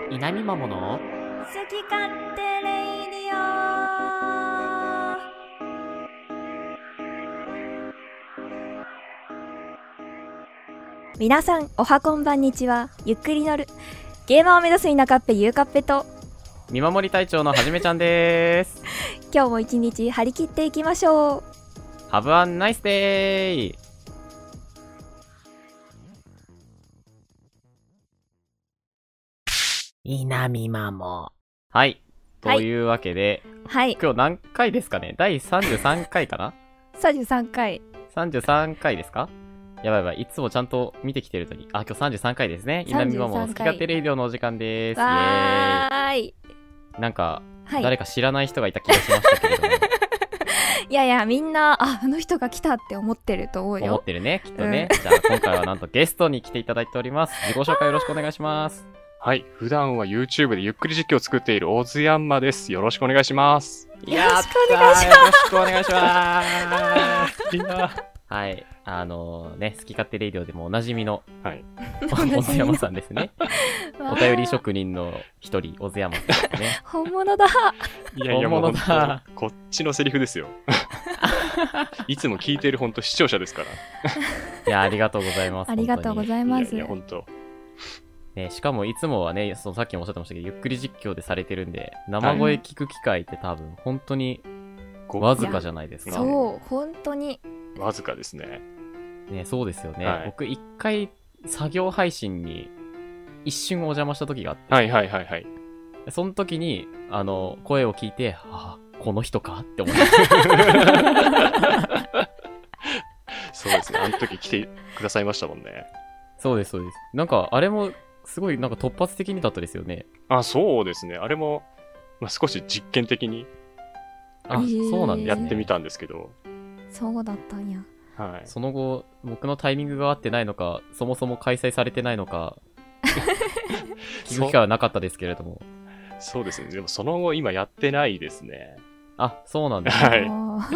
稲見まもの好き勝手レイディオ。皆さんおはこんばんにちは。ゆっくり乗るゲーマーを目指す稲カッペゆうかっぺと見守り隊長のはじめちゃんです。 今日も一日張り切っていきましょう。 Have a nice day。稲見まも。はい。というわけで、 はい、 今日何回ですかね。第33回かな 33回。 33回ですか。やばいやばい。いつもちゃんと見てきてるのに。あ、今日33回ですね。稲見まもの好き勝手レイディオのお時間です。 わーい。 なんか、 はい、 誰か知らない人がいた気がしましたけれども。 いやいや、みんな、あの人が来たって思ってると思うよ。 思ってるね、きっとね。じゃあ、今回はなんとゲストに来ていただいております。自己紹介よろしくお願いします。 はい。普段は YouTube でゆっくり実況を作っている大津ヤンマです。よろしくお願いします。 よろしくお願いします。 よろしくお願いします。 みんな。 はい。ね、好き勝手レイディオでもおなじみの、 はい。 小津山さんですね。お便り職人の一人、小津山さんですね。 本物だ。 いやいや、もう本当こっちのセリフですよ。いつも聞いてる本当視聴者ですから。 いや、ありがとうございます。 ありがとうございます。 いやいや、本当。 ね、しかもいつもはね、さっきもおっしゃってましたけど、ゆっくり実況でされてるんで、生声聞く機会って多分、本当に、わずかじゃないですか。 そう、本当に。 わずかですね。 ね、そうですよね。 はい、 僕、一回、作業配信に、一瞬お邪魔した時があって。 はいはいはいはい。 その時に、声を聞いて、あ、この人かって思って。 そうですね。あの時来てくださいましたもんね。 そうです、そうです。なんか、あれも、すごい、なんか突発的にだったですよね。 あ、そうですね。あれも、まあ、少し実験的に。 あ、そうなんですね。 やってみたんですけど。 そうだったんや。 はい。 その後、僕のタイミングが合ってないのか、そもそも開催されてないのか、聞く機会はなかったですけれども。 そうですね。でもその後今やってないですね。 あ、そうなんですね。 はい。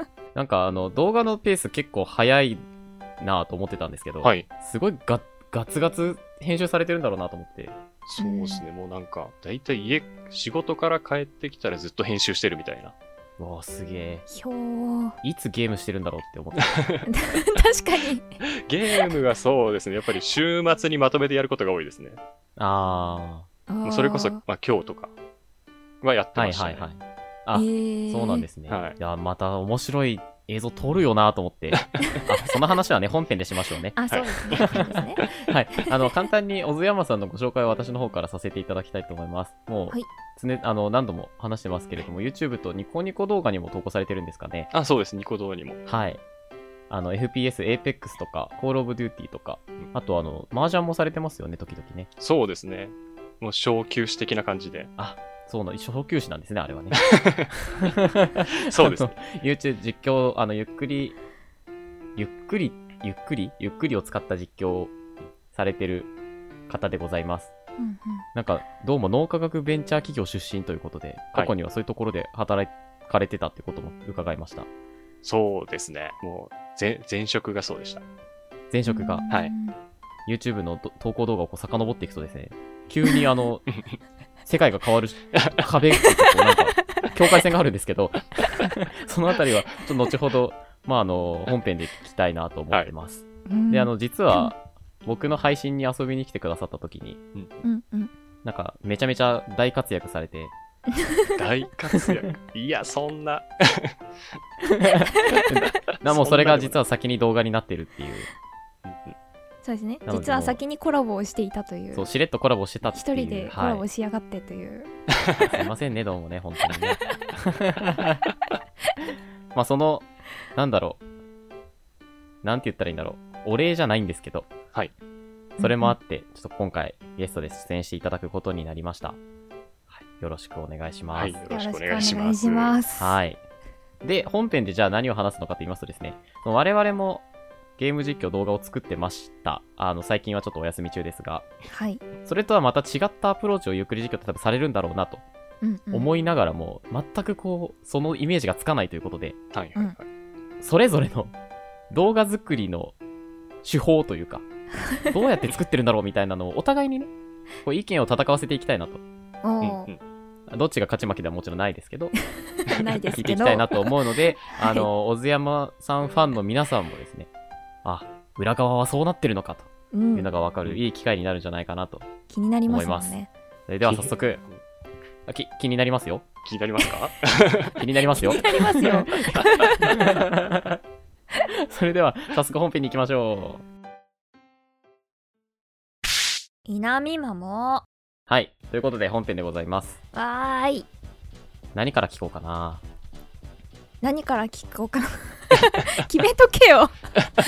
なんか動画のペース結構早いなぁと思ってたんですけど、 はい。 すごいガツガツ編集されてるんだろうなと思って。 そうですね。もうなんか、だいたい仕事から帰ってきたらずっと編集してるみたいな。 わあ、すげえ。 いつゲームしてるんだろうって思って。 確かに。 ゲームがそうですね。やっぱり週末にまとめてやることが多いですね。 ああ。それこそ、まあ今日とかはやってましたね。 はいはいはい。あ、そうなんですね。はい。いや、また面白い映像撮るよなと思って。その話はね、本編でしましょうね。 あ、そうですね。そうですね。 はい。簡単に小津山さんのご紹介を私の方からさせていただきたいと思います。もう、はい、何度も話してますけれども、YouTube とニコニコ動画にも投稿されてるんですかね。 あ、そうです。ニコ動画にも。 はい。FPS、Apex とか、Call of Duty とか、あと麻雀もされてますよね、時々ね。 そうですね。もう小休止的な感じで。 あ、そうな、小休止なんですね、あれはね。 そうですね。 YouTube 実況、ゆっくりを使った実況をされてる方でございます。 うんうん、 なんか、どうも脳科学ベンチャー企業出身ということで、過去にはそういうところで働かれてたってことも伺いました。 そうですね。もう、前職がそうでした。 前職が、 はい。 YouTube の投稿動画を遡っていくとですね、急に世界が変わる壁ってなんか、境界線があるんですけど、そのあたりは、ちょっと後ほど、まあ本編で聞きたいなと思ってます。はい、で、実は、僕の配信に遊びに来てくださった時に、なんか、めちゃめちゃ大活躍されて、 大活躍いや、そんな。 もうそれが実は先に動画になってるっていう。 そうですね。実は先にコラボをしていたという。 そう、しれっとコラボしてたっていう。 一人でコラボしやがってという。 はい、すいませんね、どうもね、本当にね。まあなんだろう。なんて言ったらいいんだろう。お礼じゃないんですけど。 はい。 それもあって、ちょっと今回ゲストで出演していただくことになりました。はい、よろしくお願いします。はい、 よろしくお願いします。 はい。で、本編でじゃあ何を話すのかと言いますとですね、我々もゲーム実況動画を作ってました。最近はちょっとお休み中ですが、 はい。 それとはまた違ったアプローチをゆっくり実況って多分されるんだろうなと思いながらも、全くそのイメージがつかないということで、 はいはいはい。 それぞれの動画作りの手法というか、どうやって作ってるんだろうみたいなのをお互いにね、 こう意見を戦わせていきたいなと。 うんおー、 うんどっちが勝ち負けではもちろんないですけど、 ないです聞いてけど。 いきたいなと思うので、 はい小津山さんファンの皆さんもですね、あ、裏側はそうなってるのかというのがわかるいい機会になるんじゃないかなと。 気になりますもん思いね。 それでは早速、気になりますよ。 気になりますか？ 気になりますよ。 気になりますよ。 それでは早速本編に行きましょう。 稲見マモ。 はい。ということで本編でございます。 わーい。 何から聞こうかな。 何から聞こうかな。決めとけよ。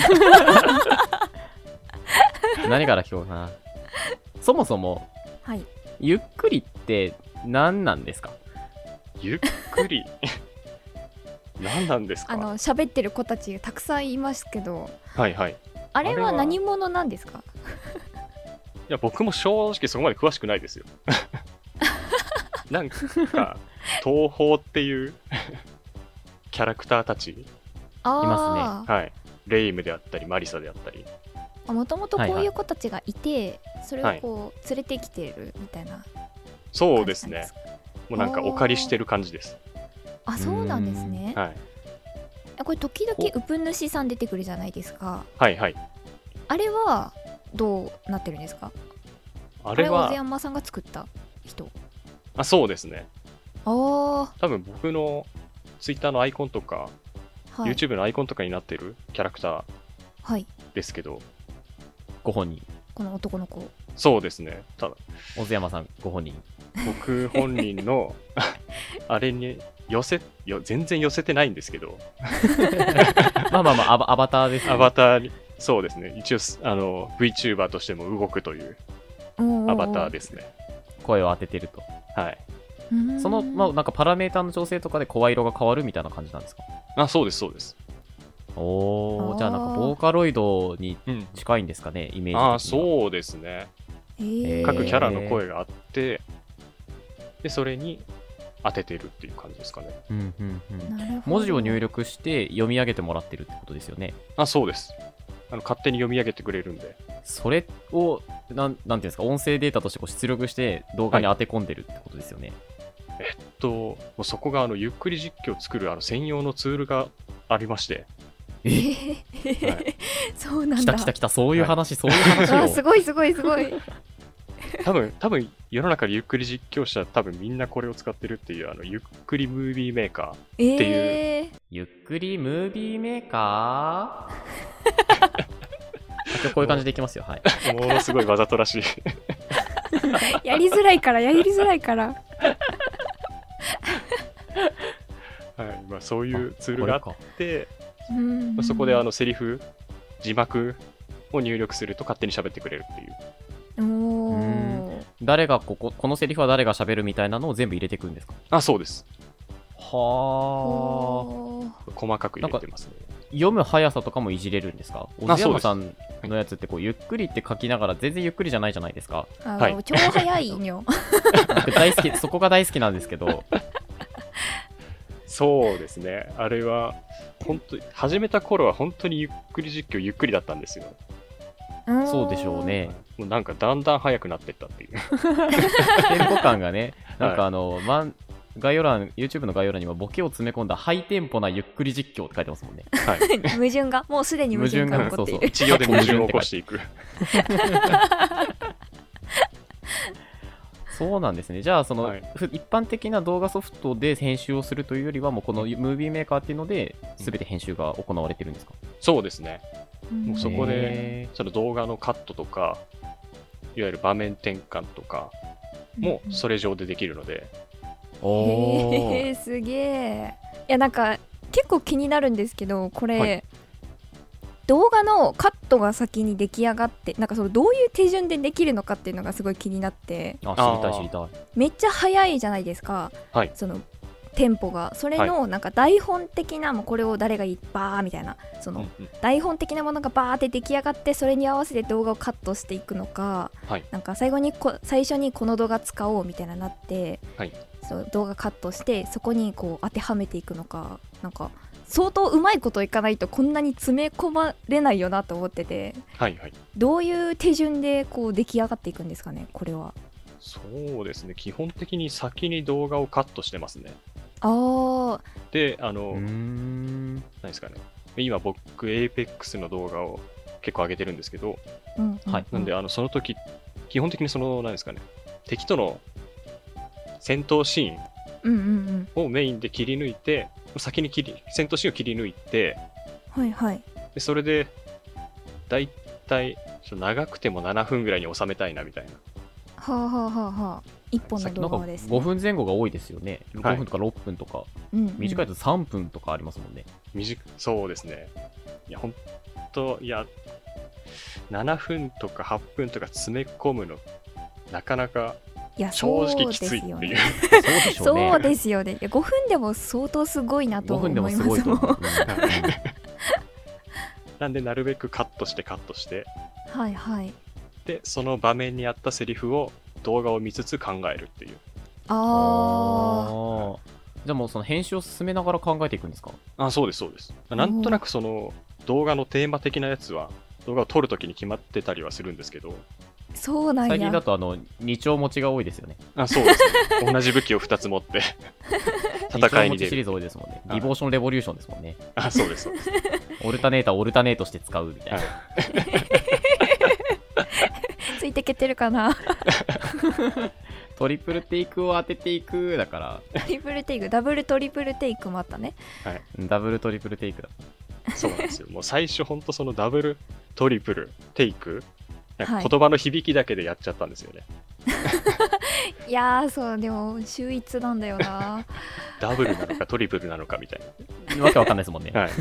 何から聞こうかな。そもそも、 はい。 ゆっくりって何なんですか？ ゆっくり。何なんですか？ 喋ってる子たちたくさんいますけど、 はいはい。 あれはあれは何者なんですか？ いや、僕も正直そこまで詳しくないですよ。なんか、東宝っていうキャラクターたち、 ああ、 はい。レイムであったり、マリサであったり、 もともとこはいはいういう子たちがいて、それをこう連れてきてるみたいなそうですね感じなんです。か？ もうなんかお借りしてる感じです。 あ、そうなんですね。 はい。 これ時々ウプ主さん出てくるじゃないですか。 はいはい。 あれはどうなってるんですか？ あれあれは小津は、 山さんが作った人。 あ、そうですね。 ああ、 多分僕の Twitter のアイコンとか、 はい、 YouTube のアイコンとかになってるキャラクターはい、 ですけど、 ご本人。 この男の子。 そうですね。ただ、 小津山さんご本人。 僕本人のあれに全然寄せてないんですけど、 まあまあまあ、アバターですね。 アバターに、そうですね。一応、VTuber としても動くというアバターですね。 声を当ててると。 はい。 その、まあ、なんかパラメーターの調整とかで声色が変わるみたいな感じなんですか？ あ、そうです、そうです。 おー、じゃあなんかボーカロイドにうん。 近いんですかね、イメージ的にあは。 あ、そうですね。 へー各キャラの声があって、で、それに当ててるっていう感じですかね。 うんうんうん。 なるほど。 文字を入力して読み上げてもらってるってことですよね。 あ、そうです。勝手に読み上げてくれるんで。 それを、なんていうんですか、音声データとしてこう出力して動画に当て込んでるってことですよね。 もうそこがゆっくり実況を作る専用のツールがありまして、はいそうなんだ。 来た来た来た、そういう話、そういう話わを。 あ、すごいすごいすごい。 多分世の中でゆっくり実況者多分みんなこれを使ってるっていうゆっくりムービーメーカてゆっくりムービーメーカーこういう感じでいきますよ。はい。 ー、ものすごいわざとらしい。 やりづらいからやりづらいから。 はいまあ、そういうツールがあっこて、 うんまあそこでセリフ、字幕を入力すると勝手に喋ってくれるっていう。 おうー誰がこのセリフは誰が喋るみたいなのを全部入れていくんですか？ あ、そうです。 はおー細かく入れてますね。 ー。読む速さとかもいじれるんですか？小津山さんすのやつってこうゆっくりって書きながら全然ゆっくりじゃないじゃないですか。 はい超早いんよ。 僕大好き、そこが大好きなんですけど、 そうですね。あれは、本当に、始めた頃は本当にゆっくり実況ゆっくりだったんですよ。 そうでしょうね。 もうなんかだんだん速くなってったっていう。 テンポ感がね、なんか概要欄、YouTube の概要欄にはボケを詰め込んだハイテンポなゆっくり実況って書いてますもんね。 はい。 矛盾がもうすでに矛盾が起こっている。 一行で矛盾を起こしていく。 そうなんですね。じゃあ、 はい一般的な動画ソフトで編集をするというよりは、もうこのムービーメーカーっていうので、すべて編集が行われてるんですか？ そうですね。 うんもうそこでへその動画のカットとか、いわゆる場面転換とかもそれ上でできるので、 おー。 すげえ。いやなんか結構気になるんですけど、これ、 はい動画のカットが先に出来上がって、なんかどういう手順でできるのかっていうのがすごい気になって、 あ、知りたい知りたい。 めっちゃ早いじゃないですか。 はいそのテンポが、それのなんか台本的な、もうこれを誰がいっばーみたいな、その台本的なものがバーって出来上がって、それに合わせて動画をカットしていくのか、 はいなんか最初にこの動画使おうみたいななって、 はいそう動画カットしてそこにこう当てはめていくのか、なんか相当うまいこといかないとこんなに詰め込まれないよなと思ってて、 はいはい。 どういう手順でこう出来上がっていくんですかね、これは。 そうですね。基本的に先に動画をカットしてますね。 あで、何ですかね。今僕、Apex の動画を結構上げてるんですけど、 はいなんで、その時、基本的に何ですかね。敵との戦闘シーンをメインで切り抜いて、先に戦闘シーンを切り抜いて、 はいはい。 でそれで、だいたい長くても7分ぐらいに収めたいなみたいな。 はあはあはあはあ。1本の動画ですね。 5分前後が多いですよね。 はい 5分とか6分とか。 うん短いと3分とかありますもんね。 そうですね。いや、ほんと、いや、7分とか8分とか詰め込むの、なかなかいや正直きついっていう。 そうでしょうね。 そうですよね。いや5分でも相当すごいなと 5 思い分ますもん。 でもすごいと思う。 なんで、なるべくカットして、 はいはい。 で、その場面に合ったセリフを動画を見つつ考えるっていう。 あじゃあもうその編集を進めながら考えていくんですか？ そうです、そうです。なんとなくその動画のテーマ的なやつは、動画を撮るときに決まってたりはするんですけど、 そうなんや。 最近だと2丁持ちが多いですよね。 そうですね。同じ武器を2つ持って戦いに出る。 シリーズ多いですもんね。ディボーションレボリューションですもんね。 そうです、そうです。 オルタネーターをオルタネートして使うみたいな。 ついてけてるかな。 トリプルテイクを当てていくだから。 トリプルテイク、ダブルトリプルテイクもあったね。 ダブルトリプルテイクだ。 そうなんですよ。もう最初ほんとそのダブルトリプルテイク、 はい言葉の響きだけでやっちゃったんですよね。 いやー、そう、でも秀逸なんだよな。 ダブルなのかトリプルなのかみたいわけわかんないですもんね。 な。はい。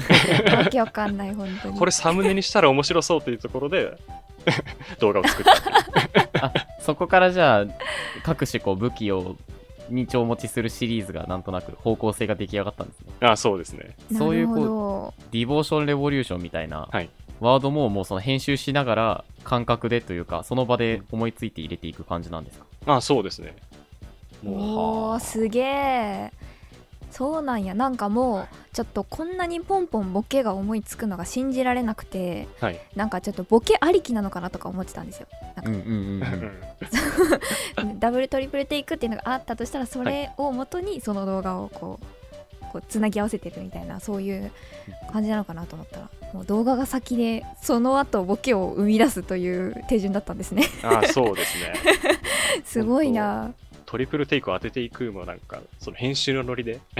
わけわかんない、本当に。 これサムネにしたら面白そうというところで動画を作ったっていう。 そこからじゃあ各種こう武器を2丁持ちするシリーズがなんとなく方向性が出来上がったんですね。 そうですね。 そういうなるほこど。 うディボーションレボリューションみたいなはいワードももうその編集しながら感覚でというかその場で思いついて入れていく感じなんですか？ そうですね。もおー、すげえ。そうなんや。なんかもうちょっとこんなにポンポンボケが思いつくのが信じられなくて、 う、はい。 なんかちょっとボケありきなのかなとか思ってたんですよ。 うんうんうんうんダブルトリプルテイクっていうのがあったとしたら、それを元にその動画をこうつなぎ合わせてるみたいな、そういう感じなのかなと思ったら、もう動画が先でその後ボケを生み出すという手順だったんですね。 そうですね。 すごいな。 トリプルテイクを当てていくもなんかその編集のノリで、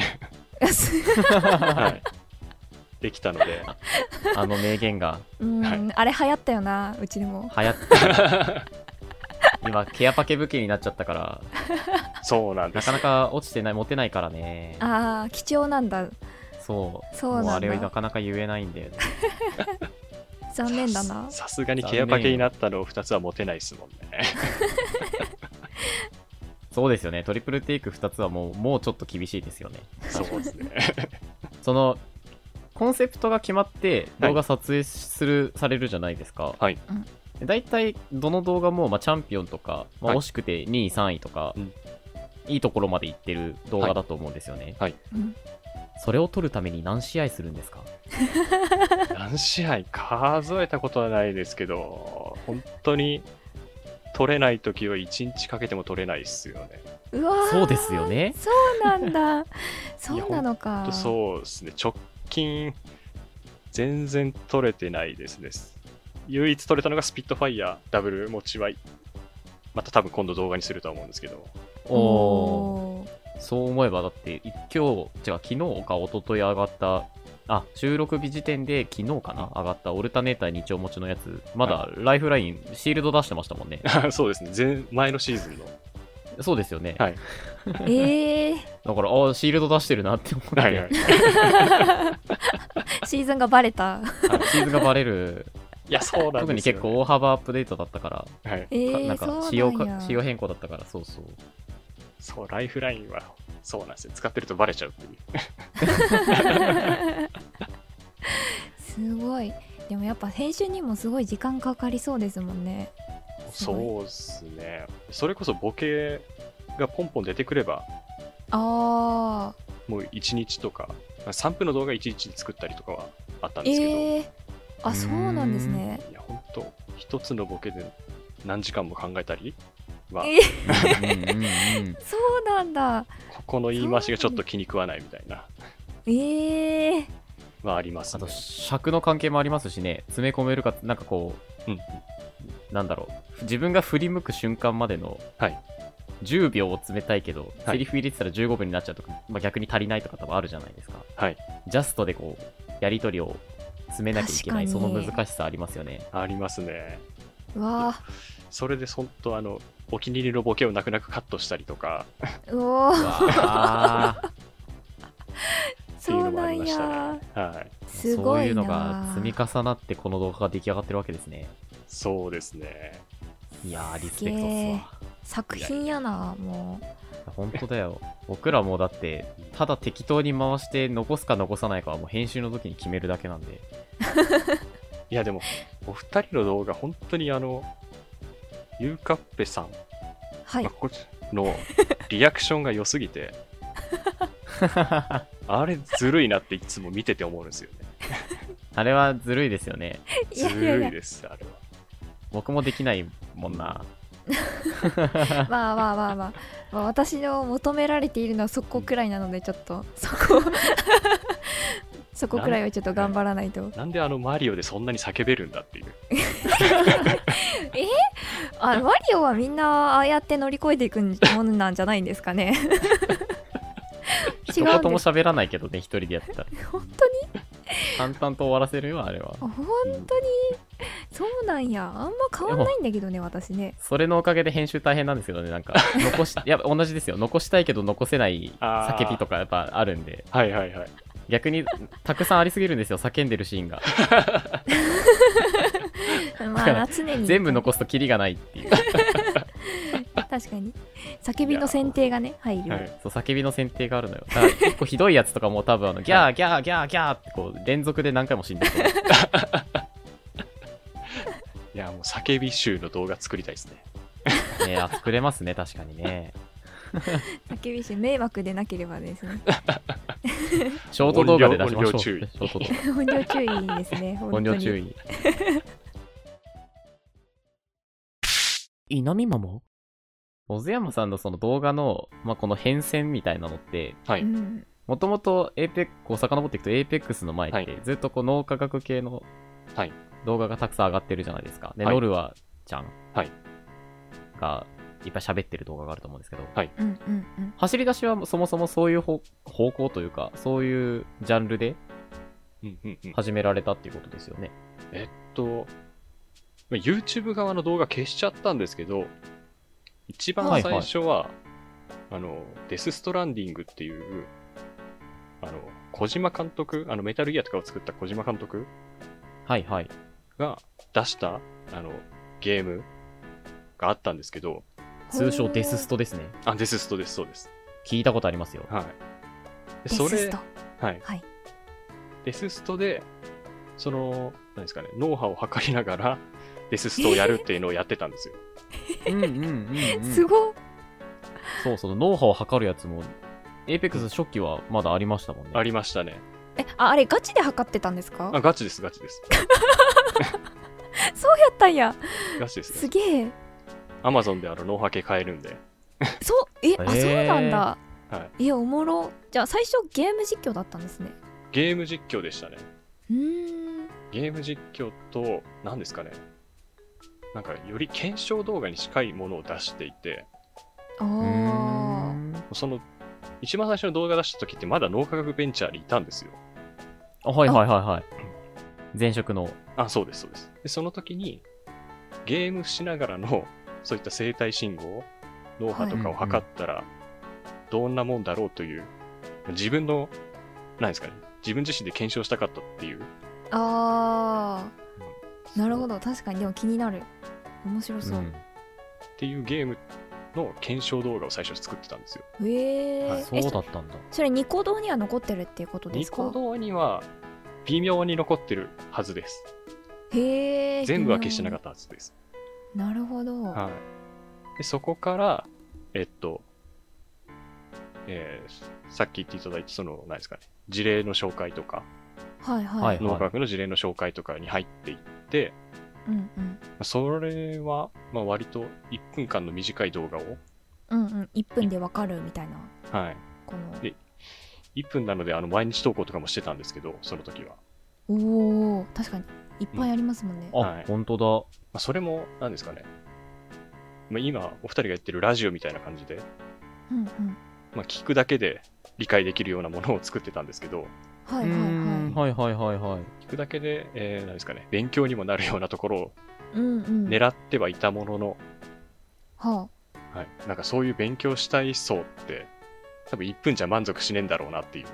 はい、できたので、 あの名言があれ流行ったよな、うちでも。 流行って今ケアパケ武器になっちゃったからそうなんです。 なかなか落ちてない持てないからね。 ああ、貴重なんだ。 そうそうなんだ。 もうあれはなかなか言えないんだよね。 残念だな。 さすがにケアパケになったの2つは持てないですもんね。 そうですよね。トリプルテイク2つはもうちょっと厳しいですよね。 そうですね。 そのコンセプトが決まって動画撮影されるじゃないですか。 はい。 だいたいどの動画も、チャンピオンとか、 はい惜しくて2位3位とか、いいところまで行ってる動画だと思うんですよね。 はい。 それを撮るために何試合するんですか？ 何試合数えたことはないですけど、本当に取れないときは1日かけても取れないっすよね。 うわー、 そうですよね。 そうなんだ。そうなのか。 そうですね。直近全然取れてないですね。唯一取れたのがスピットファイヤーダブル持ちはまた多分今度動画にするとは思うんですけど。 おー、そう思えばだって昨日か一昨日上がった収録日時点で昨日かな、上がったオルタネーター2丁持ちのやつまだライフラインシールド出してましたもんね。 そうですね。前のシーズンの。 そうですよね。 はい。 だからシールド出してるなって思って、 はいはい、 シーズンがバレた。 シーズンがバレる。 いや、そうなんですよ、ね、 特に結構大幅アップデートだったから、 はい、 なんか仕様変更だったから、そう、 ライフラインはそうなんですよ。使ってるとバレちゃうっていうすごい。でもやっぱ編集にもすごい時間かかりそうですもんね。 そうですね。それこそボケがポンポン出てくれば、もう1日とか、 3分の動画1日で作ったりとかはあったんですけど、 あ、そうなんですね。 いや、ほんと、一つのボケで何時間も考えたりは、 そうなんだ。 ここの言い回しがちょっと気に食わないみたいな、はありますね。 あと、尺の関係もありますしね、詰め込めるか、なんかこう、なんだろう、自分が振り向く瞬間までの、10秒を詰めたいけど、セリフ入れてたら15分になっちゃうとか、逆に足りないとか多分あるじゃないですか。ジャストでこう、やり取りを詰めなきゃいけない、その難しさありますよね。 ありますね。 わあ。 それで本当お気に入りのボケを泣く泣くカットしたりとか、 うおー。 っていうのもありましたね。 すごいな。 そういうのが積み重なってこの動画が出来上がってるわけですね。 そうですね。 いやー、リスペクトっすわ。 作品やな、もう。本当だよ。僕らもだって、ただ適当に回して残すか残さないかはもう編集の時に決めるだけなんで。 いや、でも、お二人の動画、本当にゆうかっぺさんのリアクションが良すぎて、あれずるいなっていつも見てて思うんですよね。 あれはずるいですよね。 ずるいです、あれは。 僕もできないもんな。 まあ、私の求められているのはそこくらいなので、ちょっとそこくらいはちょっと頑張らないと。 なんでマリオでそんなに叫べるんだっていう。 マリオはみんなああやって乗り越えていくものなんじゃないんですかね。 一言も喋らないけどね、一人でやってたら。 本当に淡々と終わらせるよ、あれは。 本当にそうなんや。あんま変わんないんだけどね、私ね。 それのおかげで編集大変なんですけどね、なんか、いや、同じですよ。残したいけど残せない叫びとかやっぱあるんで。逆に、たくさんありすぎるんですよ、叫んでるシーンが。 まあ、常に。 全部残すとキリがないっていう。 確かに。叫びの選定がね、入る。 そう、叫びの選定があるのよ。だから結構ひどいやつとかも多分ギャーギャーギャーギャーってこう、連続で何回も死んでる。 いや、もう叫び集の動画作りたいですね。 作れますね、確かにね。 叫び集、迷惑でなければですね。 ショート動画で出しましょう。 音量注意。 音量注意ですね。 音量注意。稲見マモ小津山さんのその動画の、この変遷みたいなのって、もともと遡っていくと APEX の前って、ずっとこう脳科学系の動画がたくさん上がってるじゃないですか。で、ノルワちゃんがいっぱい喋ってる動画があると思うんですけど、走り出しはそもそもそういう方向というか、そういうジャンルで始められたっていうことですよね。 YouTube 側の動画消しちゃったんですけど、一番最初は、デス・ストランディングっていう、小島監督、メタルギアとかを作った小島監督が出した、ゲームがあったんですけど、 通称デスストですね。 デスストです、そうです。 聞いたことありますよ。 デススト。 デスストで、何ですかね、脳波を測りながら、デスストをやるっていうのをやってたんですよ。 すごっ。 そう、脳波を測るやつも、APEX 初期はまだありましたもんね。 ありましたね。 あれガチで測ってたんですか？ ガチです。 そうやったんや。 ガチです。 すげえ。 Amazon で脳波計買えるんで。 そうなんだ。おもろ。じゃあ最初ゲーム実況だったんですね。 ゲーム実況でしたね。ゲーム実況と、何ですかね。なんかより検証動画に近いものを出していて、一番最初の動画出した時ってまだ脳科学ベンチャーにいたんですよ。 前職の。 そうです。で、その時にゲームしながらのそういった生体信号、脳波とかを測ったらどんなもんだろうという、自分の、何ですかね、自分自身で検証したかったっていう。 なるほど。確かにでも気になる。面白そう。 っていうゲームの検証動画を最初作ってたんですよ。 そうだったんだ。 それニコ動には残ってるっていうことですか？ ニコ動には微妙に残ってるはずです。全部は消してなかったはずです。 なるほど。 でそこからさっき言っていただいた何ですかね、 事例の紹介とか、 はいははいい。 脳科学の事例の紹介とかに入っていって、 うんうん。 それは、まあ、割と1分間の短い動画を、 うんうん。1分でわかるみたいな。 はい。 この。 で1分なので、毎日投稿とかもしてたんですけど、その時は。 おお、確かに。いっぱいありますもんね。 あ、 はい本当だ。 まあ、それも、なんですかね。まあ、今、お二人が言ってるラジオみたいな感じで、 うんうん。 まあ、聞くだけで理解できるようなものを作ってたんですけど、 はいはいははいはいはいはい。 聞くだけで、なんですかね、勉強にもなるようなところをい。うんうん。 狙ってはいたものの、 ははい、なんかそういう勉強したい層って、多分1分じゃ満足しねえんだろうなっていう。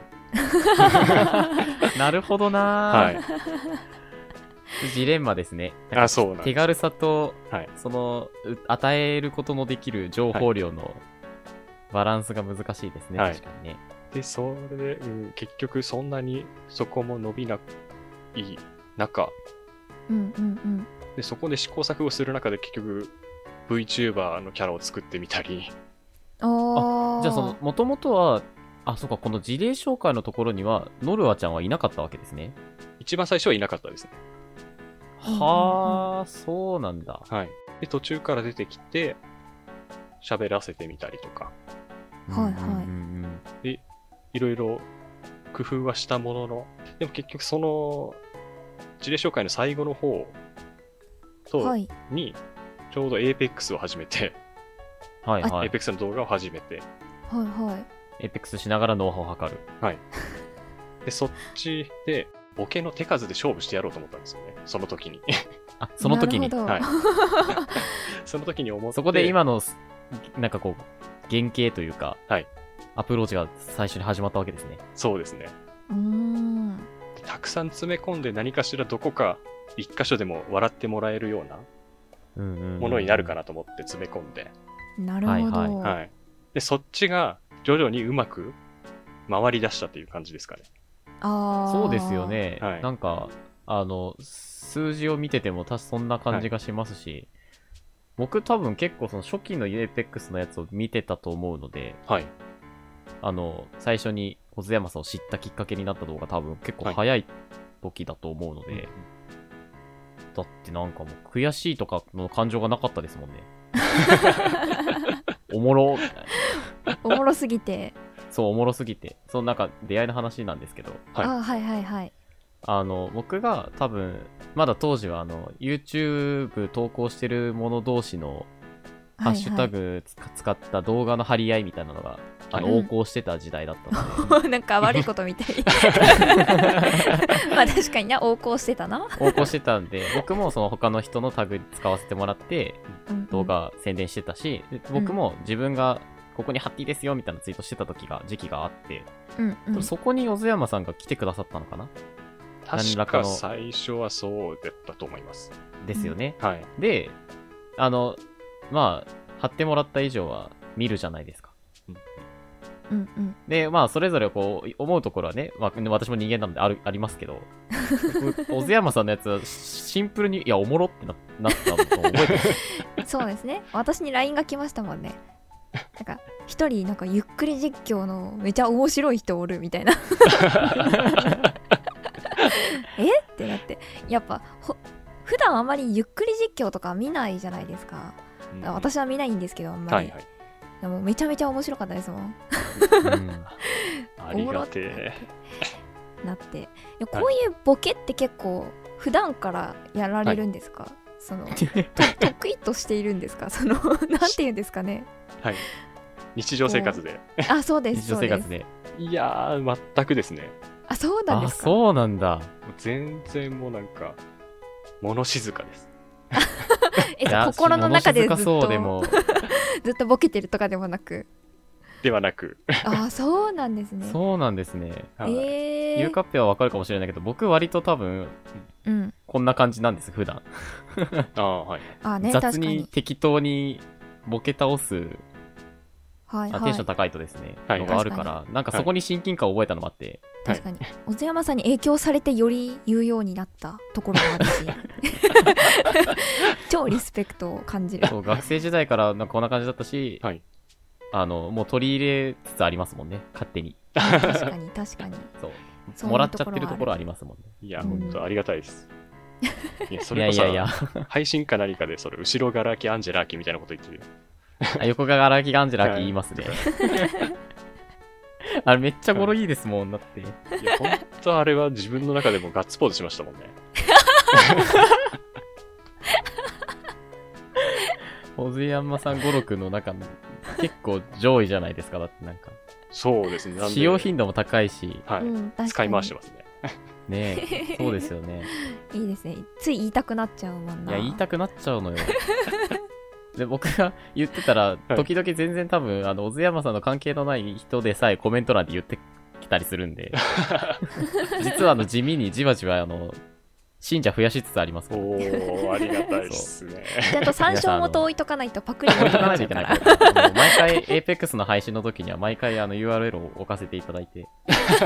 なるほどなはー。 い。 ジレンマですね。 あ、そうなんです。 手軽さと、 はい。 その、与えることのできる情報量のバランスが難しいですね、 はい確かにね。 で、それで、結局そんなにそこも伸びない中、 あ。うんうんうん。 で、そこで試行錯誤する中で結局 VTuber のキャラを作ってみたり、 ああ。 じゃあその、もともとは、あ、そうか、この事例紹介のところには、ノルアちゃんはいなかったわけですね。 一番最初はいなかったですね。 はあ、そうなんだ。 はい。で、途中から出てきて、喋らせてみたりとか、 はいはいうんうんで、いろいろ工夫はしたものの、でも結局その、事例紹介の最後の方と、 はい。 に、ちょうど Apex を始めて、 うん。はいはい。 Apex の動画を始めて、 はいはい。 エイペックスしながらノウハウを測る。 はい。で、そっちで、ボケの手数で勝負してやろうと思ったんですよね。その時に。 あ、その時に。 なるほど。 はい。その時に思って。 そこで今の、なんかこう、原型というか、 はい。 アプローチが最初に始まったわけですね。 そうですね。 うーん。 でたくさん詰め込んで何かしらどこか一箇所でも笑ってもらえるようなうんうんうん。 ものになるかなと思って詰め込んで。 なるほど。 はいはい。で、そっちが徐々にうまく回り出したっていう感じですかね。 ああ。 そうですよ。ね。 はいなんか、数字を見てても確かそんな感じがしますし、僕多分結構その初期の Apex のやつを見てたと思うので、 はい。 最初に小津山さんを知ったきっかけになった動画多分結構早い時だと思うので、だってなんかもう悔しいとかの感情がなかったですもんね。おもろみたいな。 おもろすぎて。 そう、おもろすぎて。そのなんか出会いの話なんですけど、 はいああ、はいはいはい。 僕が多分、まだ当時はYouTube 投稿してる者同士のハッシュタグ使った動画の張り合いみたいなのが、 はい横行してた時代だったので、 なんか悪いことみたい。まあ確かにな、横行してたな。 横行してたんで、僕もその他の人のタグ使わせてもらって、 うんうん動画宣伝してたし、で僕も自分がここに貼っていいですよみたいなツイートしてた時期があって、 うんうん。 そこに小津山さんが来てくださったのかな何ら確かのか最初はそうだったと思います。 ですよね。 はい。 で、まあ、貼ってもらった以上は見るじゃないですか。 うんうん。 で、まあ、それぞれこう、思うところはね、まあ、私も人間なのでありますけど、小津山さんのやつはシンプルに、いや、おもろってなったのを覚えてる。 そうですね。私に LINE が来ましたもんね。なんか、一人、なんか、ゆっくり実況のめちゃ面白い人おるみたいな。えってなって。やっぱ、普段あんまりゆっくり実況とか見ないじゃないですか。 うん私は見ないんですけど、あんまり。 はいはい。 でもめちゃめちゃ面白かったですもん。 ありがてえ。 なって。いやこういうボケって結構、普段からやられるんですか、その得意としているんですか、そのなんていうんですかね。 はい。日常生活で。 あ、そうです。 日常生活で。 いやー、全くですね。 あ、そうなんであ、 すか。 そうなんだ。 全然もうなんか、物静かです。 じゃあ心の中でずっ物静かそうでとも、 ずっとボケてるとかでもなく。 ではなく。 あ、そうなんですね。 そうなんですね。 はいゆうかっぺはわかるかもしれないけど、僕割と多分、 うん。 こんな感じなんです、普段。 ああ、はい。 あね、 雑確かに。 に適当にボケ倒す、 はいはい。 テンション高いとですね、 はいのがあるから、なんかそこに親近感を覚えたのもあって、 確かに。小津山さんに影響されてより言うようになったところもあるし。超リスペクトを感じる。 そう学生時代からなんかこんな感じだったし、 はいもう取り入れつつありますもんね、勝手に。 確かに確かに。 そう。 そういうもらっちゃってるところありますもんね。 いや、 うんほんとありがたいです。いや、そいれこそやいやいや。 配信か何かで、それ、後ろがらきアンジェラーキみたいなこと言ってるよ。 横がガラキガンジェラーキ言いますね。あれめっちゃ語呂いいですもん、だって。 いや、ほんとあれは自分の中でもガッツポーズしましたもんね。 小津山さん語録の中の結構上位じゃないですか、だってなんか。 そうですね。なんで使用頻度も高いし、 はい、 うん確かに使い回してますね。 ねえ、そうですよね。 いいですね。つい言いたくなっちゃうもんな。 いや、言いたくなっちゃうのよ。で、僕が言ってたら、時々全然多分、小津山さんの関係のない人でさえコメント欄で言ってきたりするんで、実は地味にじわじわ、信者増やしつつありますから。 おー、ありがたいっすね。 ちゃんと参照元置いとかないとパクリ置いとかないといけないから。毎回、APEX の配信の時には毎回URL を置かせていただいて、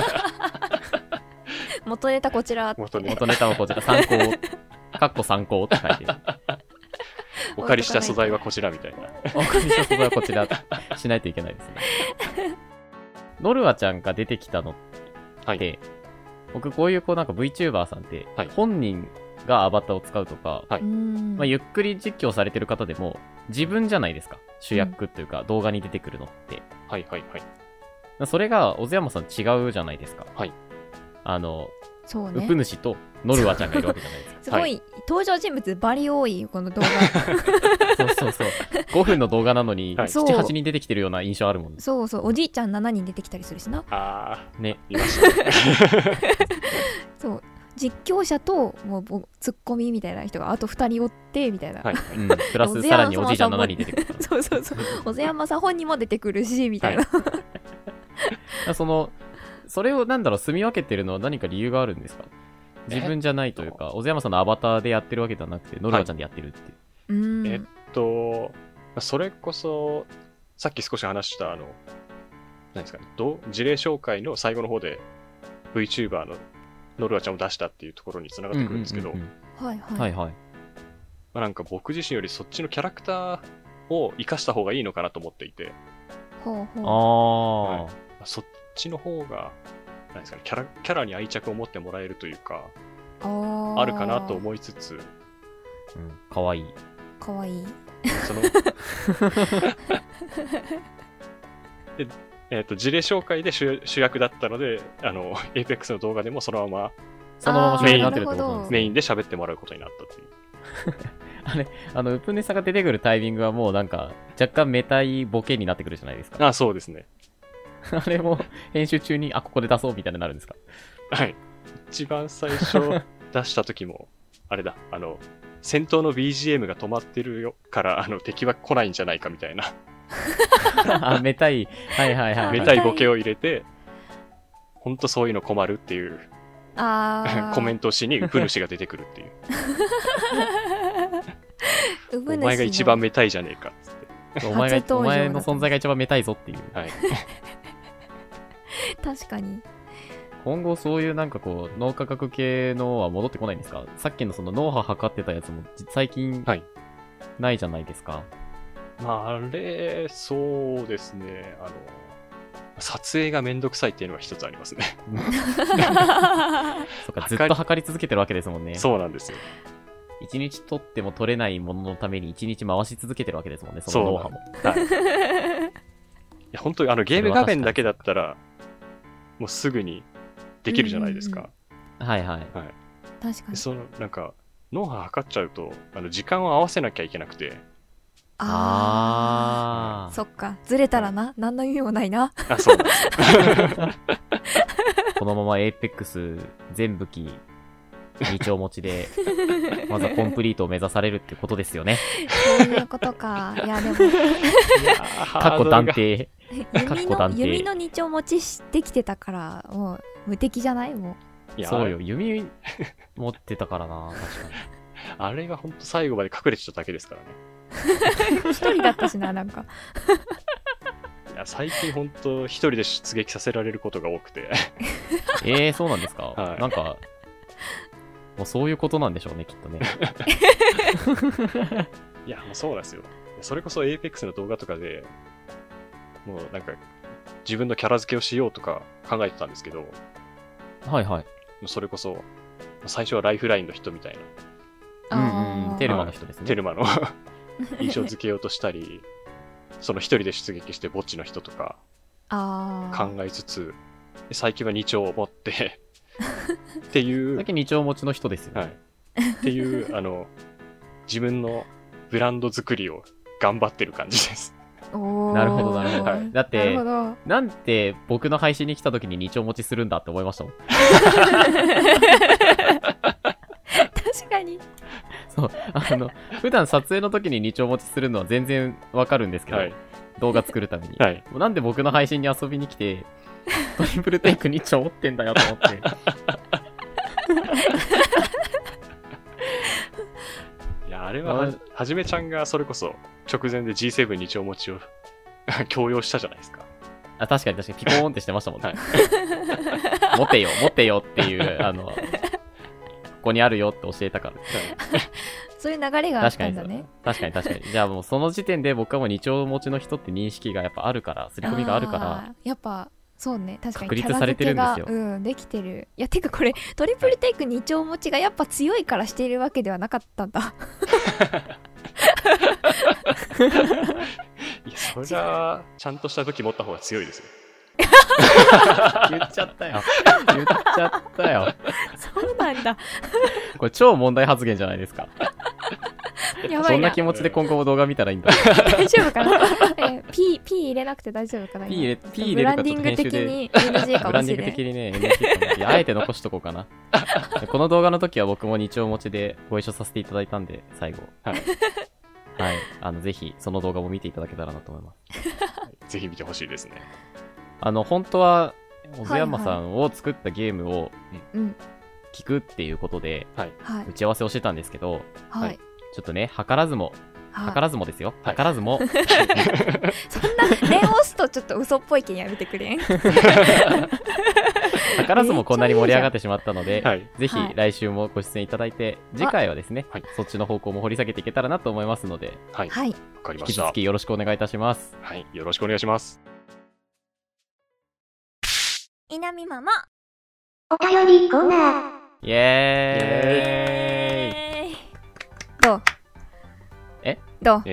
元ネタこちら。 元ね、 元ネタはこちら参考、かっこ参考って書いて、 お借りした素材はこちらみたいな。 お借りした素材はこちらしないといけないですね。ノルアちゃんが出てきたのって、 はい僕こういうなんか VTuber さんって、 はい本人がアバターを使うとか、 はいまあ、ゆっくり実況されてる方でも自分じゃないですか、主役というか、動画に出てくるのって。 はいはいはい。 それが小津山さん違うじゃないですか。 はい。 そうねウプ。主とノルアちゃんがいるわけじゃないですか。 すごい、登場人物バリ多いこの動画。 そうそうそう。5分の動画なのに、 はい 7、8人出てきてるような印象あるもんね。 そうそう、おじいちゃん7人出てきたりするしな。 あね。 ー、いましたね。 そう、実況者ともうツッコミみたいな人があと2人おってみたいな。 はい。 うん。プラスさらにおじいちゃん7人出てくるから。 そうそうそう。小津山さん本人も出てくるしみたいな。 それを住み分けてるのは何か理由があるんですか？自分じゃないというか、小津山さんのアバターでやってるわけではなくて、ノルアちゃんでやってるっていう。 それこそ、さっき少し話した、何ですかね、事例紹介の最後の方で VTuber のノルアちゃんを出したっていうところに繋がってくるんですけど、 うんうんはいはい。 はいはい。 なんか僕自身よりそっちのキャラクターを活かした方がいいのかなと思っていて、 ほうほう。 あはいそっちの方が、なんですかね、キャラに愛着を持ってもらえるというか、あるかなと思いつつ、 うん。かわいい。 かわいい。 そので事例紹介で主役だったので、APEX の動画でもそのまそのまま主役になってるってことなんまですね。 メインで喋ってもらうことになったっていう。 ウプネさんが出てくるタイミングはもう若干メタいボケになってくるじゃないですか。 あ、そうですね。 あれも編集中に、ここで出そうみたいになるんですか？ はい。一番最初出した時も、あれだ、戦闘の BGM が止まってるよから、敵は来ないんじゃないかみたいな。 メタい。はいはいはい。 めたいボケを入れて、ほんとそういうの困るっていうコメントしにウプ主が出てくるっていう。 ウプ主のお前が一番めたいじゃねえかっつって。 お初登場前の存在が一番メタいぞっていう。 はい。 確かに。 今後そういう脳科学系のは戻ってこないんですか？さっきのその脳波測ってたやつも最近はいないじゃないですか。 あれ、そうですね。撮影がめんどくさいっていうのが一つありますね。 そっか、ずっと測り続けてるわけですもんね。 そうなんですよ。 一日撮っても撮れないもののために一日回し続けてるわけですもんね、その脳波も。 はい。いや本当にゲーム画面だけだったら、もうすぐにできるじゃないですか。 はいはい。 確かに。 で脳波測っちゃうと、時間を合わせなきゃいけなくて。 あー。 そっか。ずれたらな。何の意味もないな。 あ、そうなんですよ。 このまま APEX 全武器2丁持ちで、まずはコンプリートを目指されるってことですよね。 そういうことか。いや、でも、 かっこ断定。 弓の二丁持ちしてきてたから、もう無敵じゃないもいやそうよ、弓持ってたからな、確かに。 あれが本当最後まで隠れてただけですからね。 う。一人だったしな、なんか。 いや最近本当一人で出撃させられることが多くて。 そうなんですか、 はいもうそういうことなんでしょうね、きっとね。 いや、もうそうなんですよ。それこそ APEX の動画とかで、 もうなんか、自分のキャラ付けをしようとか考えてたんですけど、 はいはい。 それこそ、最初はライフラインの人みたいな、 うんうん。テルマの人ですね。 テルマの印象付けようとしたり、その一人で出撃して墓地の人とか考えつつ、で最近は2丁を持ってっていう、 最近2丁持ちの人ですよね。 はい。っていう、自分のブランド作りを頑張ってる感じです。 なるほどなるほど。 はい、 だって、 なるほど、 なんて僕の配信に来た時に2丁持ちするんだって思いましたもん。 確かに。 そう、普段撮影の時に2丁持ちするのは全然わかるんですけど、 はい、 動画作るために。 はい、 もうなんで僕の配信に遊びに来て、トリプルテイク2丁持ってんだよと思って。 いや、あれははじめちゃんがそれこそ直前で G7 2丁持ちを強要したじゃないですか。 あ、確かにピコーンってしてましたもんね。 はい、 持てよっていう、ここにあるよって教えたから。 そういう流れがあったんだね。 確かに。じゃあもうその時点で僕はもう2丁持ちの人って認識がやっぱあるから、刷り込みがあるから。 やっぱ、そうね、確かに確立されてるんですよ。 できてる。いや、てかこれ、トリプルテイク2丁持ちがやっぱ強いからしているわけではなかったんだ。 いや、そりゃ、ちゃんとした武器持った方が強いですよ。 言っちゃったよ。 そうなんだ。 これ超問題発言じゃないですか。 やばいな。 そんな気持ちで今後も動画見たらいいんだ。 大丈夫かなP 入れなくて大丈夫かな P 入れるかブランディング的に NG かブランディングもしれない。 的にね、NG かも。いや、あえて残しとこうかな。この動画の時は僕も2丁持ちでご一緒させていただいたんで、最後。はい。はい。ぜひ、その動画も見ていただけたらなと思います。 ぜひ見てほしいですね。 本当は、小津山さんを作ったゲームを聞くっていうことで、打ち合わせをしてたんですけど、 はい。 ちょっとね、図らずもですよ。図らずも。 そんな念押すとちょっと嘘っぽい気にやめてくれん。 図らずもこんなに盛り上がってしまったので、ぜひ来週もご出演いただいて、次回はですね、そっちの方向も掘り下げていけたらなと思いますので、 はい。わかりました。 引き続きよろしくお願いいたします。 はい。よろしくお願いします。 いなみママお便りコーナー。 イエーイ。 どう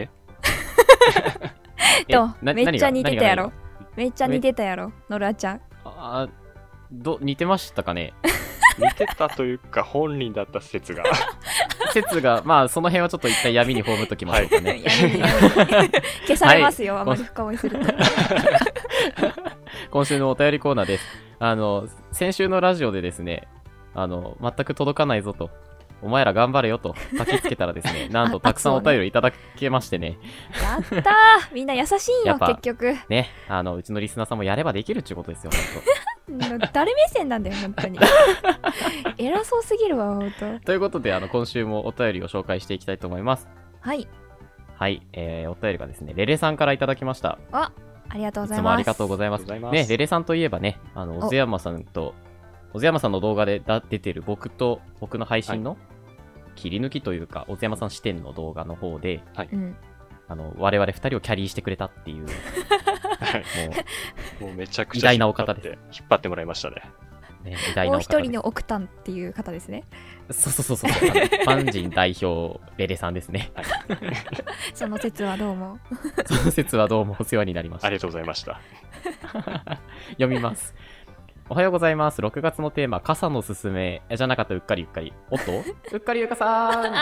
めっちゃ似てたやろ。ノラちゃん。 似てましたかね。 似てたというか、本人だった説が。 まあ、その辺はちょっと一旦闇に葬っときましょうかね。 消されますよ、あまり深追いすると。 今週のお便りコーナーです。先週のラジオでですね、全く届かないぞと、お前ら頑張れよと焚きつけたらですね、なんとたくさんお便りいただけましてね。 やったー、みんな優しいよ、結局。 ね、うちのリスナーさんもやればできるっていうことですよ、 本当。誰目線なんだよ、本当に。偉そうすぎるわ、本当。 ということで、今週もお便りを紹介していきたいと思います。 はい。 はい、お便りがですね、レレさんからいただきました。 ありがとうございます。 いつもありがとうございます。ね、レレさんといえばね、小津山さんの動画で出てる僕の配信の切り抜きというか、小津山さん視点の動画の方で、我々二人をキャリーしてくれたっていう、 もうめちゃくちゃ偉大なお方で引っ張ってもらいましたね。 もう一人の奥たんっていう方ですね。 そう。ファン人代表、レレさんですね。 その説はどうも。 お世話になりました。 ありがとうございました。 読みます。おはようございます。6月のテーマ、傘のすすめ。じゃなかった、うっかり。おっとうっかりゆかさん。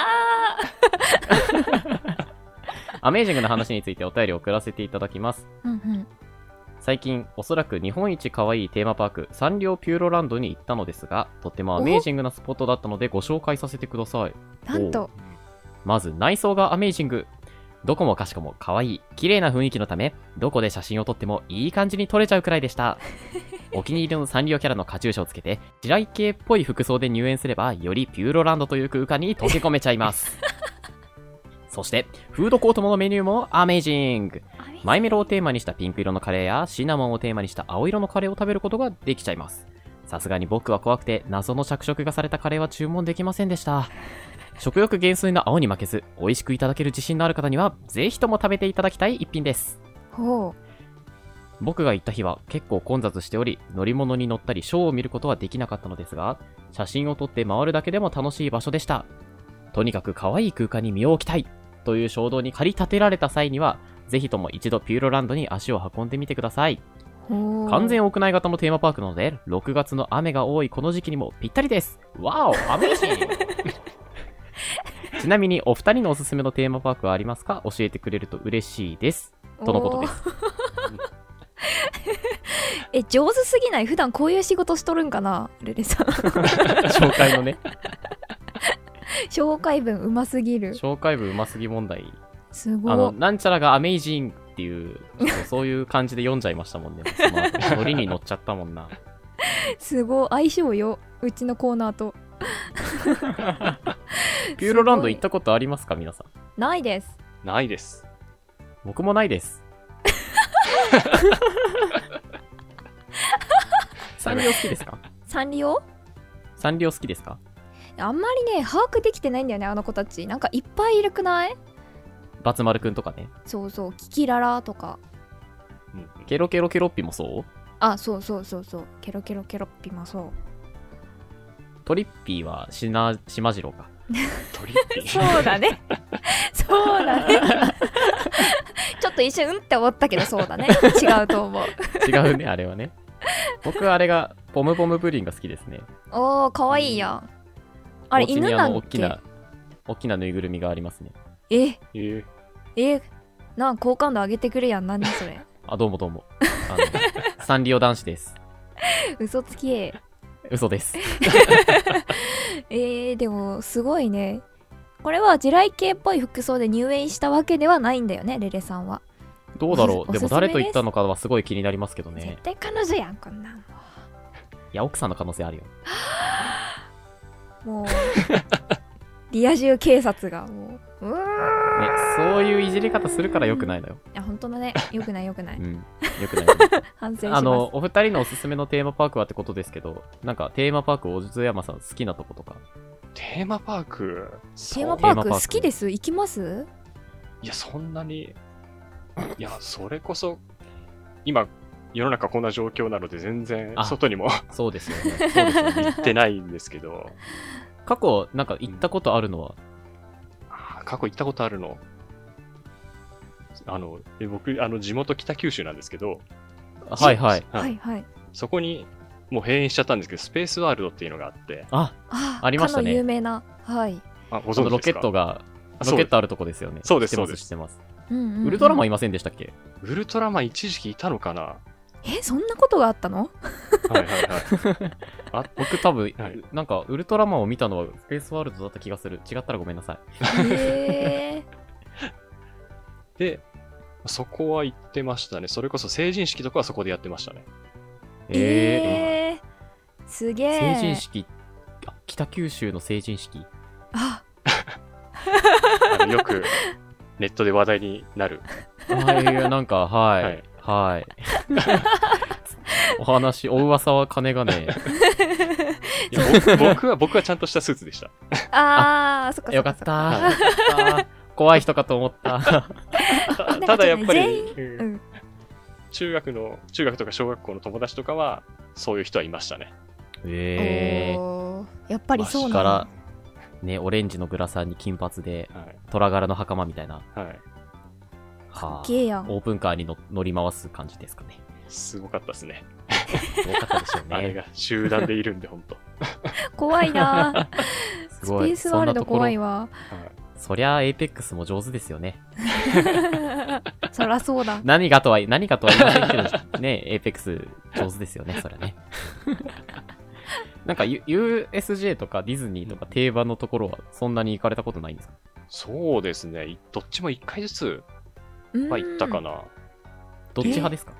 アメージングな話についてお便りを送らせていただきます。最近、おそらく日本一可愛いテーマパーク、サンリオピューロランドに行ったのですが、とってもアメージングなスポットだったのでご紹介させてください。 なんと。 まず、内装がアメージング。どこもかしこも可愛い、綺麗な雰囲気のため、どこで写真を撮ってもいい感じに撮れちゃうくらいでした。お気に入りのサンリオキャラのカチューシャをつけて、白井系っぽい服装で入園すれば、よりピューロランドという空間に溶け込めちゃいます。そして、フードコートものメニューもアメージング。マイメロをテーマにしたピンク色のカレーや、シナモンをテーマにした青色のカレーを食べることができちゃいます。さすがに僕は怖くて、謎の着色がされたカレーは注文できませんでした。食欲減衰の青に負けず、美味しくいただける自信のある方には、ぜひとも食べていただきたい一品です。 僕が行った日は結構混雑しており、乗り物に乗ったりショーを見ることはできなかったのですが、写真を撮って回るだけでも楽しい場所でした。とにかく可愛い空間に身を置きたいという衝動に駆り立てられた際には、ぜひとも一度ピューロランドに足を運んでみてください。完全屋内型のテーマパークなので、6月の雨が多いこの時期にもぴったりです。わお、アメージングちなみにお二人のおすすめのテーマパークはありますか？教えてくれると嬉しいです。とのことです。 上手すぎない？普段こういう仕事しとるんかな、レレさん。 紹介のね。 紹介文うますぎる。 紹介文うますぎ問題。 すごい。 なんちゃらがアメイジングっていう、そういう感じで読んじゃいましたもんね。その後ノリに乗っちゃったもんな。 すごい。相性よ。うちのコーナーと。 ピューロランド行ったことありますか、皆さん？ ないです。 ないです。 僕もないです。サンリオ好きですか？ サンリオ？ サンリオ好きですか？ あんまりね、把握できてないんだよね、あの子たち。なんかいっぱいいるくない？ バツマルくんとかね。 そうそう、キキララとか。 ケロケロケロッピもそう？ あ、そうそうそうそう。ケロケロケロッピもそう。 トリッピーはしまじろうか。 トリッピー。 そうだね。そうだね。ちょっと一瞬うんって思ったけど、そうだね。違うと思う。 違うね、あれはね。僕はあれがポムポムプリンが好きですね。 おー、かわいいやん。あれ、犬なんっけ？ 大きなぬいぐるみがありますね。 なん好感度上げてくれやん。何それ。 あ、どうもどうも。サンリオ男子です。 嘘つき。 嘘です。 でもすごいね。これは地雷系っぽい服装で入園したわけではないんだよね、レレさんは。 どうだろう。でも誰と行ったのかはすごい気になりますけどね。 絶対彼女やん、こんなん。 いや、奥さんの可能性あるよ。 もうリア充警察がもうね、そういういじり方するから良くないのよ。 いや、本当だね。良くない良くない。 うん、良くない。 反省します。 お二人のおすすめのテーマパークはってことですけど、なんかテーマパーク、小津山さん好きなとことか。 テーマパーク好きです。行きます？ いや、そんなに。いや、それこそ、今、世の中こんな状況なので全然外にもそうですよね。そうですよね。 行ってないんですけど。 過去、なんか行ったことあるのは？ 過去行ったことあるの。僕、地元北九州なんですけど。 はいはい。 はいはい。 そこに、もう閉園しちゃったんですけど、スペースワールドっていうのがあって。 ありましたね。 かの有名な。はい。 ご存知ですか？ ロケットあるとこですよね。 そうです、そうです。 知ってます。 ウルトラマンいませんでしたっけ？ ウルトラマン一時期いたのかな？ そんなことがあったの？ はいはいはい。 僕多分、なんかウルトラマンを見たのはスペースワールドだった気がする。違ったらごめんなさい。 で、そこは行ってましたね。それこそ成人式とかはそこでやってましたね。 すげえ。 成人式、北九州の成人式。 よくネットで話題になる。 なんか、はい。お噂は金がね。 いや僕はちゃんとしたスーツでした。 そっか。 よかった。怖い人かと思った。 ただやっぱり、中学とか小学校の友達とかは、そういう人はいましたね。 やっぱりそうなんだ。 からね、オレンジのグラサンに金髪で、虎柄の袴みたいな。 かっけえやん。 オープンカーに乗り回す感じですかね。 すごかったですね。 すごかったでしょうね。 あれが集団でいるんで、ほんと。 怖いなスペースワールド怖いわ。 そりゃ、エイペックスも上手ですよね。 そらそうだ。 何かとは言いませんけど、ね、エイペックス上手ですよね、そりゃね。なんか、USJ とかディズニーとか定番のところはそんなに行かれたことないんですか？ そうですね。どっちも1回ずつは行ったかな。 どっち派ですか？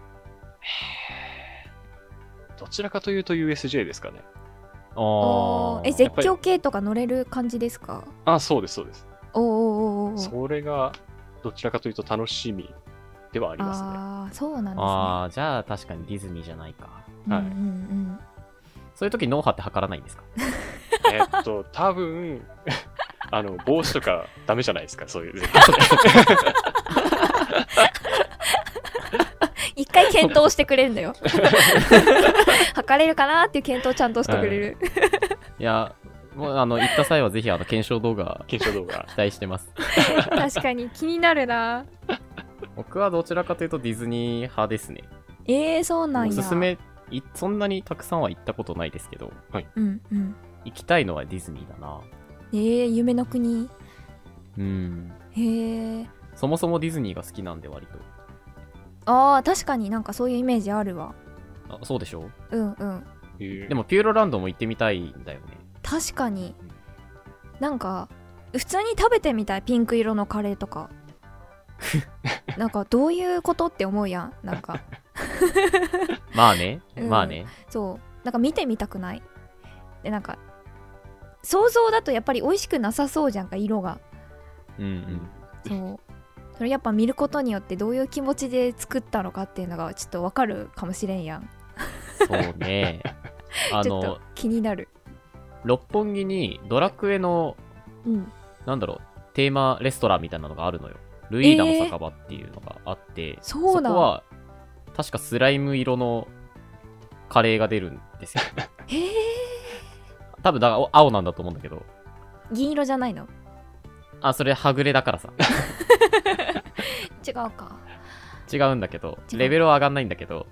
どちらかというと USJ ですかね。 絶叫系とか乗れる感じですか？ そうです、そうです。それがどちらかというと楽しみではありますね。 そうなんですね。 じゃあ確かにディズニーじゃないか。そういう時脳波って測らないんですか？ 多分、帽子とかダメじゃないですか、そういう。 一回検討してくれるんだよ測れるかなっていう検討ちゃんとしてくれる、 いや、もう行った際はぜひ検証動画検証動画。 期待してます。 確かに気になるな。 僕はどちらかというとディズニー派ですね。 そうなんや。 おすすめ、そんなにたくさんは行ったことないですけど、 うんうん。 行きたいのはディズニーだな。 夢の国。へえ。 そもそもディズニーが好きなんで割と。 確かになんかそういうイメージあるわ。 そうでしょ？ うんうん。 でもピューロランドも行ってみたいんだよね。 確かに。なんか普通に食べてみたい、ピンク色のカレーとかなんかどういうことって思うやん、なんかまあね、 うんまあね。 そうなんか見てみたくない？でなんか想像だとやっぱり美味しくなさそうじゃんか、色が。そうそれやっぱ見ることによってどういう気持ちで作ったのかっていうのがちょっとわかるかもしれんやん。 そうね。 ちょっと気になる。 六本木にドラクエの、なんだろう、テーマレストランみたいなのがあるのよ。ルイーダの酒場っていうのがあって、 そうだ。 そこは確かスライム色のカレーが出るんですよ。 へえ。 多分だから青なんだと思うんだけど。 銀色じゃないの？ それはぐれだからさ。 違うか。 違うんだけど、レベルは上がんないんだけど。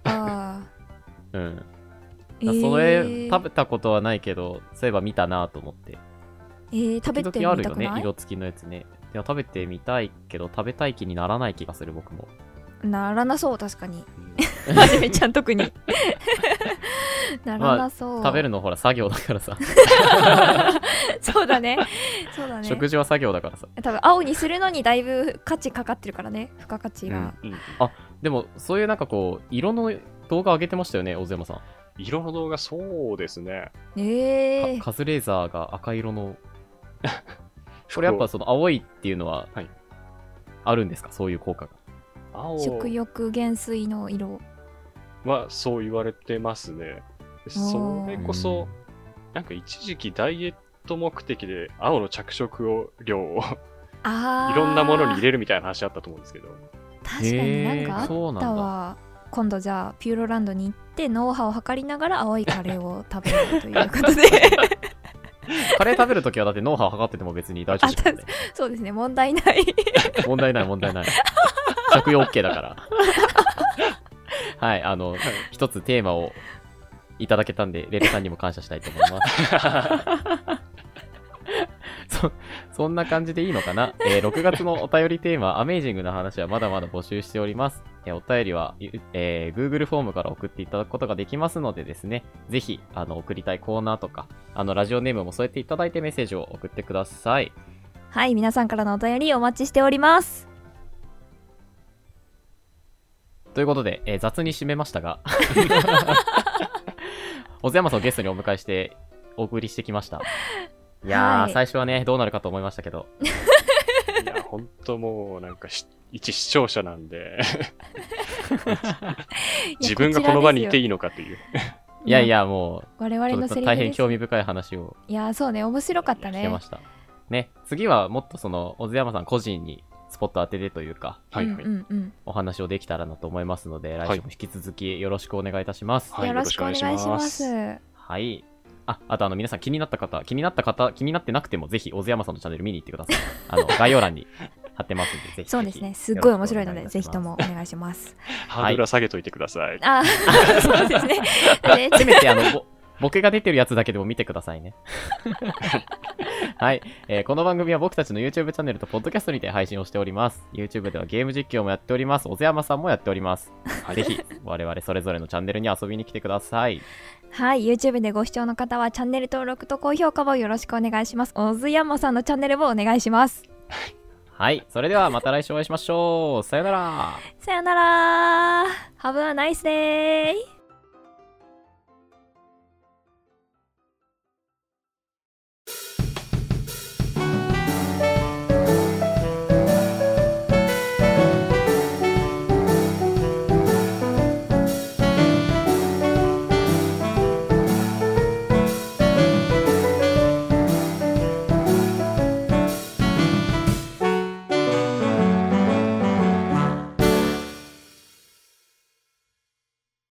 それ食べたことはないけど、そういえば見たなと思って。 食べてみたくない？ 時々あるよね、色付きのやつね。でも食べてみたいけど、食べたい気にならない気がする、僕も。 ならなそう、確かに。はじめちゃん特に。ならなそう。 食べるのほら作業だからさ。 そうだね。そうだね。 食事は作業だからさ。 多分青にするのにだいぶ価値かかってるからね、付加価値が。 でもそういうなんかこう、色の動画上げてましたよね、大津山さん。 色の動画、そうですね。 カズレーザーが赤色の。これやっぱその青いっていうのは、あるんですか、そういう効果が。 食欲減衰の色はそう言われてますね。それこそ、なんか一時期ダイエット目的で青の着色量をいろんなものに入れるみたいな話あったと思うんですけど。 確かになんかあったわ。今度じゃあピューロランドに行って脳波を測りながら青いカレーを食べるということでカレー食べるときはだって脳波を測ってても別に大丈夫ですよね。 そうですね、問題ない問題ない問題ない。着用 OK だからはい、一つテーマをいただけたんで、レベさんにも感謝したいと思いますそんな感じでいいのかな。6月のお便りテーマ、アメイジングな話はまだまだ募集しております。お便りは、Google フォームから送っていただくことができますのでですね、ぜひ、送りたいコーナーとか、ラジオネームも添えていただいてメッセージを送ってください。 はい、皆さんからのお便りお待ちしております。 ということで、雑に締めましたが、小津山さんをゲストにお迎えしてお送りしてきました。いやー、最初はね、どうなるかと思いましたけど。 いや、ほんともう、なんか一視聴者なんで、自分がこの場にいていいのかという。 いやいや、もう、 我々のセリフです。 大変興味深い話を。 いや、そうね、面白かったね。 聞けました。ね、次はもっと小津山さん個人にスポット当ててというか、お話をできたらなと思いますので、来週も引き続きよろしくお願いいたします。 よろしくお願いします。 はい。あと皆さん気になってなくてもぜひ、小津山さんのチャンネル見に行ってください。概要欄に貼ってますんで、ぜひ。 そうですね。すっごい面白いので、ぜひともお願いします。 ハードルは下げといてください。 そうですね。 せめて僕が出てるやつだけでも見てくださいね。はい、この番組は僕たちの YouTube チャンネルと Podcast にて配信をしております。YouTube ではゲーム実況もやっております。小津山さんもやっております。ぜひ、我々それぞれのチャンネルに遊びに来てください。 はい、YouTube でご視聴の方はチャンネル登録と高評価をよろしくお願いします。小津山さんのチャンネルもお願いします。 はい、それではまた来週お会いしましょう。さよなら。 さよなら。Have a nice day.